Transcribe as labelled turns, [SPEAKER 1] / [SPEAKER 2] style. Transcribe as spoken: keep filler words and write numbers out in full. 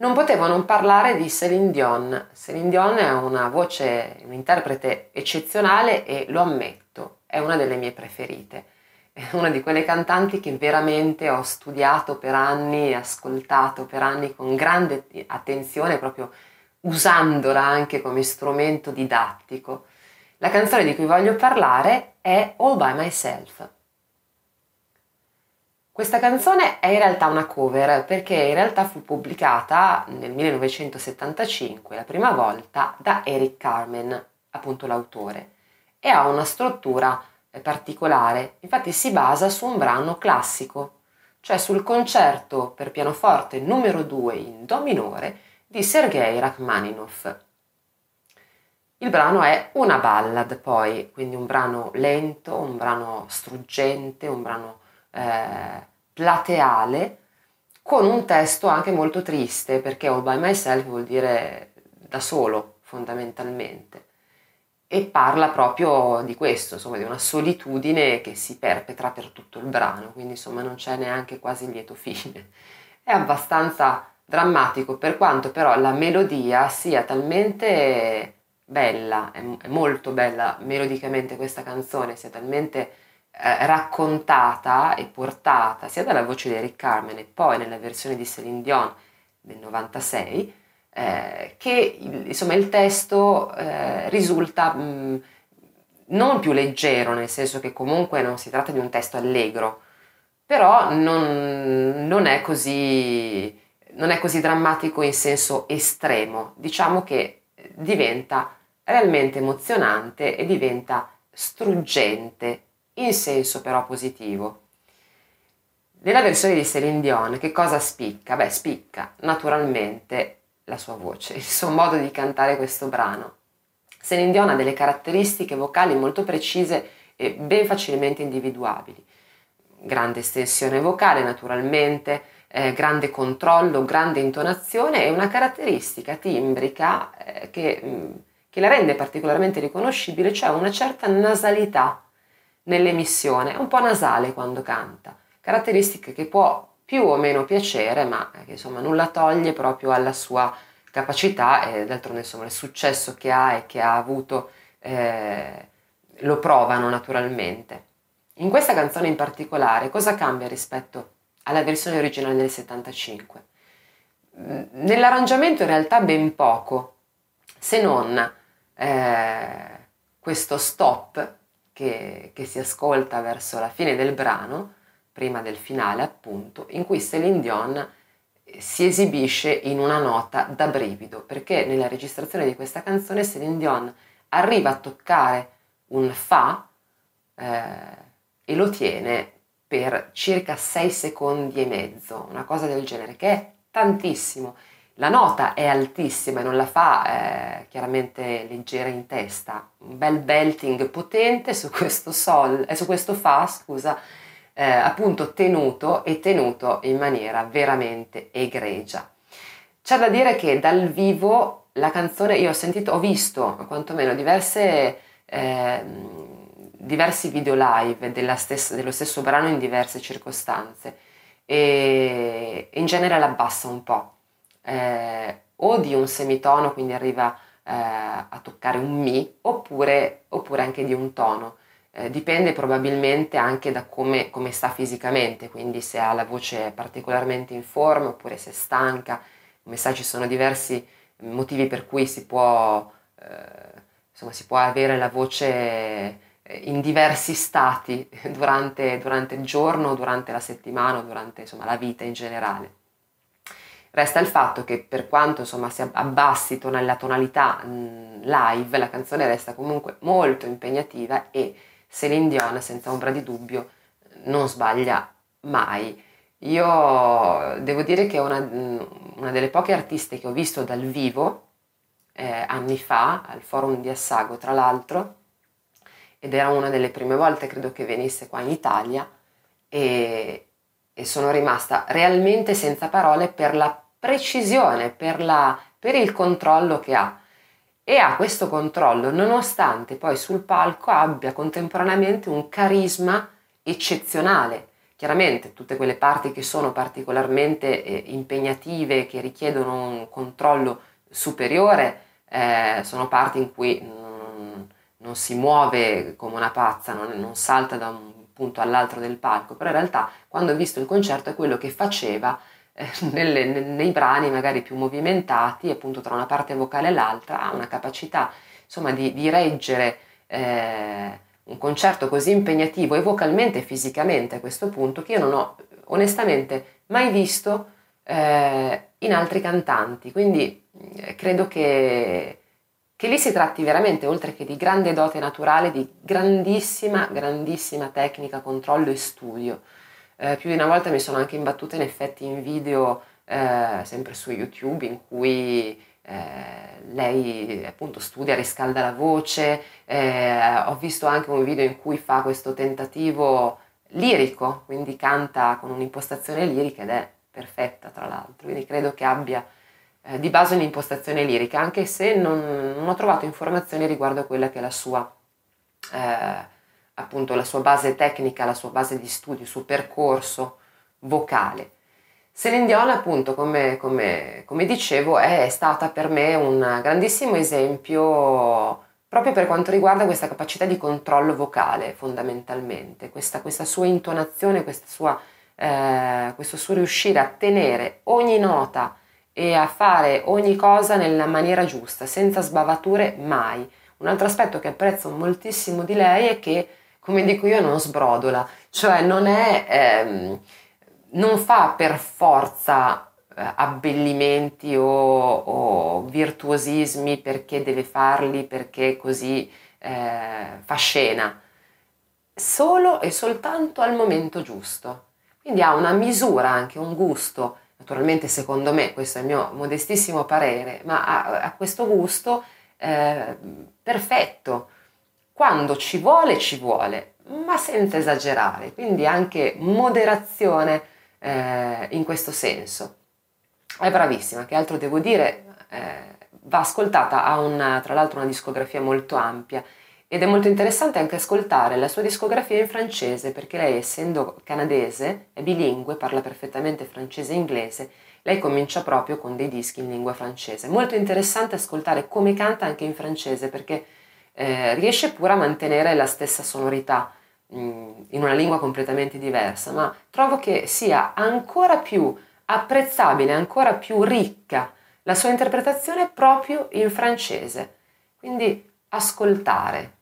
[SPEAKER 1] Non potevo non parlare di Céline Dion. Céline Dion è una voce, un'interprete eccezionale e lo ammetto, è una delle mie preferite. È una di quelle cantanti che veramente ho studiato per anni, ascoltato per anni con grande attenzione, proprio usandola anche come strumento didattico. La canzone di cui voglio parlare è All by Myself. Questa canzone è in realtà una cover perché in realtà fu pubblicata nel millenovecentosettantacinque la prima volta da Eric Carmen, appunto l'autore, e ha una struttura particolare, infatti si basa su un brano classico, cioè sul concerto per pianoforte numero due in do minore di Sergei Rachmaninoff. Il brano è una ballad poi, quindi un brano lento, un brano struggente, un brano eh, plateale, con un testo anche molto triste, perché All by Myself vuol dire da solo, fondamentalmente, e parla proprio di questo, insomma, di una solitudine che si perpetra per tutto il brano, quindi insomma non c'è neanche quasi lieto fine. È abbastanza drammatico, per quanto però la melodia sia talmente bella, è, è molto bella melodicamente questa canzone, sia talmente eh, raccontata e portata sia dalla voce di Eric Carmen e poi nella versione di Céline Dion del novantasei, eh, che insomma il testo eh, risulta mh, non più leggero, nel senso che comunque non si tratta di un testo allegro, però non, non è così, non è così drammatico in senso estremo, diciamo che diventa realmente emozionante e diventa struggente, in senso però positivo. Nella versione di Céline Dion che cosa spicca? Beh, spicca naturalmente la sua voce, il suo modo di cantare questo brano. Céline Dion ha delle caratteristiche vocali molto precise e ben facilmente individuabili. Grande estensione vocale naturalmente, eh, grande controllo, grande intonazione e una caratteristica timbrica eh, che, mh, che la rende particolarmente riconoscibile, cioè una certa nasalità nell'emissione, è un po' nasale quando canta, caratteristica che può più o meno piacere, ma che insomma nulla toglie proprio alla sua capacità e d'altronde insomma il successo che ha e che ha avuto eh, lo provano naturalmente. In questa canzone in particolare cosa cambia rispetto alla versione originale del settantacinque? Nell'arrangiamento in realtà ben poco, se non eh, questo stop che, che si ascolta verso la fine del brano, prima del finale appunto, in cui Céline Dion si esibisce in una nota da brivido, perché nella registrazione di questa canzone Céline Dion arriva a toccare un fa eh, e lo tiene per circa sei secondi e mezzo, una cosa del genere, che è tantissimo. La nota è altissima e non la fa eh, chiaramente leggera in testa, un bel belting potente su questo sol, eh, su questo fa, scusa, eh, appunto tenuto e tenuto in maniera veramente egregia. C'è da dire che dal vivo la canzone, io ho sentito, ho visto quantomeno diverse, eh, diversi video live della stessa, dello stesso brano in diverse circostanze e in genere l'abbassa un po'. Eh, o di un semitono, quindi arriva eh, a toccare un mi, oppure, oppure anche di un tono. Eh, dipende probabilmente anche da come, come sta fisicamente, quindi se ha la voce particolarmente in forma oppure se è stanca. Come sai, ci sono diversi motivi per cui si può, eh, insomma, si può avere la voce in diversi stati durante, durante il giorno, durante la settimana, durante insomma, la vita in generale. Resta il fatto che per quanto insomma si abbassi la tonalità mh, live, la canzone resta comunque molto impegnativa e Céline Dion senza ombra di dubbio non sbaglia mai. Io devo dire che è una, una delle poche artiste che ho visto dal vivo eh, anni fa al Forum di Assago tra l'altro, ed era una delle prime volte credo che venisse qua in Italia e e sono rimasta realmente senza parole per la precisione, per, la, per il controllo che ha. E ha questo controllo nonostante poi sul palco abbia contemporaneamente un carisma eccezionale. chiaramente tutte quelle parti che sono particolarmente eh, impegnative, che richiedono un controllo superiore, eh, sono parti in cui non, non si muove come una pazza, non, non salta da un punto all'altro del palco, però in realtà quando ho visto il concerto è quello che faceva eh, nelle, nei brani magari più movimentati, appunto tra una parte vocale e l'altra, ha una capacità insomma di, di reggere eh, un concerto così impegnativo e vocalmente e fisicamente a questo punto, che io non ho onestamente mai visto eh, in altri cantanti, quindi eh, credo che, che lì si tratti veramente, oltre che di grande dote naturale, di grandissima, grandissima tecnica, controllo e studio. Eh, più di una volta mi sono anche imbattuta in effetti in video, eh, sempre su YouTube, in cui eh, lei appunto studia, riscalda la voce. Eh, ho visto anche un video in cui fa questo tentativo lirico, quindi canta con un'impostazione lirica ed è perfetta tra l'altro, quindi credo che abbia eh, di base un'impostazione lirica, anche se non, non ho trovato informazioni riguardo a quella che è la sua, eh, appunto la sua base tecnica, la sua base di studio, il suo percorso vocale. Céline Dion, appunto, come, come, come dicevo, è stata per me un grandissimo esempio proprio per quanto riguarda questa capacità di controllo vocale, fondamentalmente, questa, questa sua intonazione, questa sua, eh, questo suo riuscire a tenere ogni nota e a fare ogni cosa nella maniera giusta, senza sbavature mai. Un altro aspetto che apprezzo moltissimo di lei è che, come dico io, non sbrodola, cioè non è... Ehm, non fa per forza eh, abbellimenti o, o virtuosismi perché deve farli, perché così eh, fa scena, solo e soltanto al momento giusto. Quindi ha una misura, anche un gusto, naturalmente secondo me, questo è il mio modestissimo parere, ma ha, ha questo gusto eh, perfetto. Quando ci vuole, ci vuole, ma senza esagerare, quindi anche moderazione eh, in questo senso. È bravissima, che altro devo dire? Eh, va ascoltata, ha una, tra l'altro una discografia molto ampia ed è molto interessante anche ascoltare la sua discografia in francese, perché lei, essendo canadese, è bilingue, parla perfettamente francese e inglese, lei comincia proprio con dei dischi in lingua francese. Molto interessante ascoltare come canta anche in francese, perché eh, riesce pure a mantenere la stessa sonorità mh, in una lingua completamente diversa, ma trovo che sia ancora più apprezzabile, ancora più ricca la sua interpretazione proprio in francese. Quindi ascoltare.